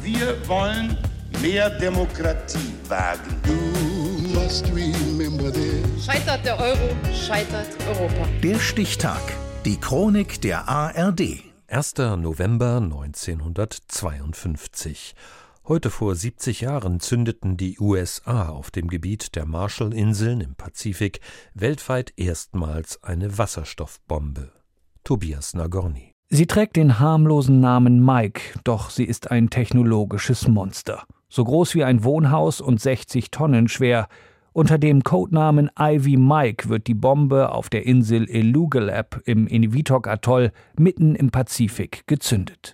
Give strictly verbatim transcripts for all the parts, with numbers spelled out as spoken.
Wir wollen mehr Demokratie wagen. You must remember this. Scheitert der Euro, scheitert Europa. Der Stichtag. Die Chronik der A R D. erster November neunzehnhundertzweiundfünfzig. Heute vor siebzig Jahren zündeten die U S A auf dem Gebiet der Marshallinseln im Pazifik weltweit erstmals eine Wasserstoffbombe. Tobias Nagorny. Sie trägt den harmlosen Namen Mike, doch sie ist ein technologisches Monster. So groß wie ein Wohnhaus und sechzig Tonnen schwer. Unter dem Codenamen Ivy Mike wird die Bombe auf der Insel Elugelab im Eniwetok-Atoll mitten im Pazifik gezündet.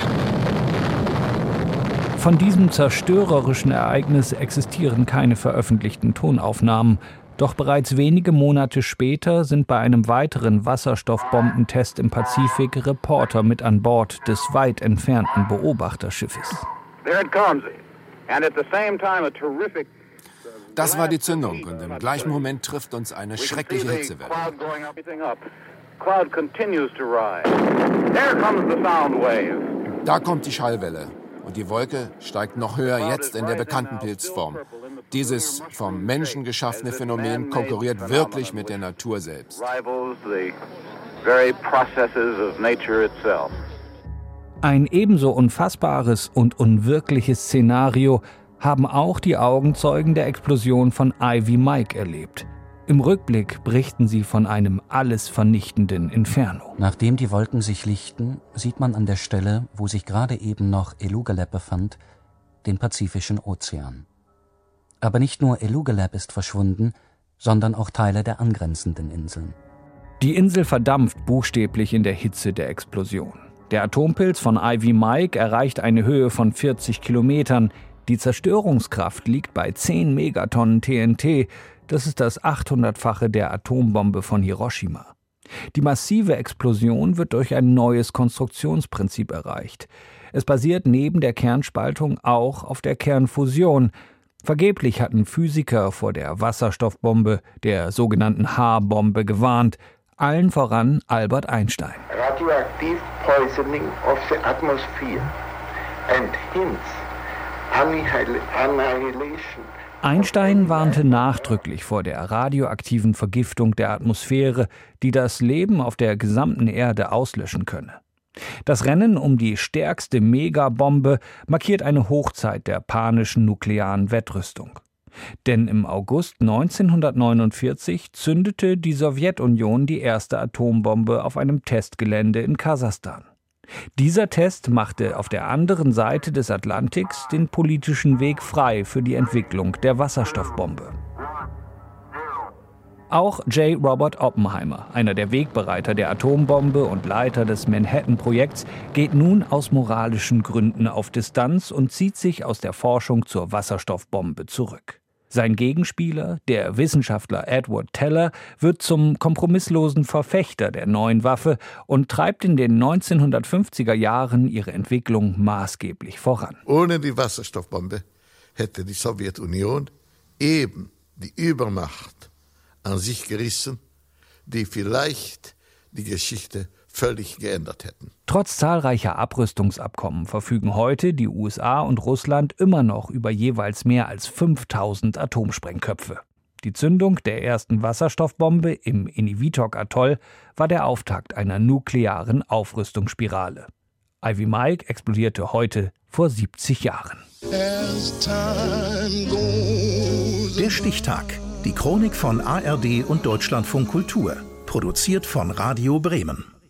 Von diesem zerstörerischen Ereignis existieren keine veröffentlichten Tonaufnahmen. Doch bereits wenige Monate später sind bei einem weiteren Wasserstoffbombentest im Pazifik Reporter mit an Bord des weit entfernten Beobachterschiffes. Das war die Zündung und im gleichen Moment trifft uns eine schreckliche Hitzewelle. Da kommt die Schallwelle und die Wolke steigt noch höher jetzt in der bekannten Pilzform. Dieses vom Menschen geschaffene Phänomen konkurriert wirklich mit der Natur selbst. Ein ebenso unfassbares und unwirkliches Szenario haben auch die Augenzeugen der Explosion von Ivy Mike erlebt. Im Rückblick berichten sie von einem alles vernichtenden Inferno. Nachdem die Wolken sich lichten, sieht man an der Stelle, wo sich gerade eben noch Elugelab befand, den Pazifischen Ozean. Aber nicht nur Elugelab ist verschwunden, sondern auch Teile der angrenzenden Inseln. Die Insel verdampft buchstäblich in der Hitze der Explosion. Der Atompilz von Ivy Mike erreicht eine Höhe von vierzig Kilometern. Die Zerstörungskraft liegt bei zehn Megatonnen T N T. Das ist das achthundertfache der Atombombe von Hiroshima. Die massive Explosion wird durch ein neues Konstruktionsprinzip erreicht. Es basiert neben der Kernspaltung auch auf der Kernfusion. Vergeblich hatten Physiker vor der Wasserstoffbombe, der sogenannten H-Bombe, gewarnt. Allen voran Albert Einstein. Radioactive poisoning of the atmosphere and hence annihilation. Einstein warnte nachdrücklich vor der radioaktiven Vergiftung der Atmosphäre, die das Leben auf der gesamten Erde auslöschen könne. Das Rennen um die stärkste Megabombe markiert eine Hochzeit der panischen nuklearen Wettrüstung. Denn im August neunzehnhundertneunundvierzig zündete die Sowjetunion die erste Atombombe auf einem Testgelände in Kasachstan. Dieser Test machte auf der anderen Seite des Atlantiks den politischen Weg frei für die Entwicklung der Wasserstoffbombe. Auch J. Robert Oppenheimer, einer der Wegbereiter der Atombombe und Leiter des Manhattan-Projekts, geht nun aus moralischen Gründen auf Distanz und zieht sich aus der Forschung zur Wasserstoffbombe zurück. Sein Gegenspieler, der Wissenschaftler Edward Teller, wird zum kompromisslosen Verfechter der neuen Waffe und treibt in den neunzehnhundertfünfziger Jahren ihre Entwicklung maßgeblich voran. Ohne die Wasserstoffbombe hätte die Sowjetunion eben die Übermacht an sich gerissen, die vielleicht die Geschichte völlig geändert hätten. Trotz zahlreicher Abrüstungsabkommen verfügen heute die U S A und Russland immer noch über jeweils mehr als fünftausend Atomsprengköpfe. Die Zündung der ersten Wasserstoffbombe im Eniwetok-Atoll war der Auftakt einer nuklearen Aufrüstungsspirale. Ivy Mike explodierte heute vor siebzig Jahren. Der Stichtag. Die Chronik von A R D und Deutschlandfunk Kultur. Produziert von Radio Bremen.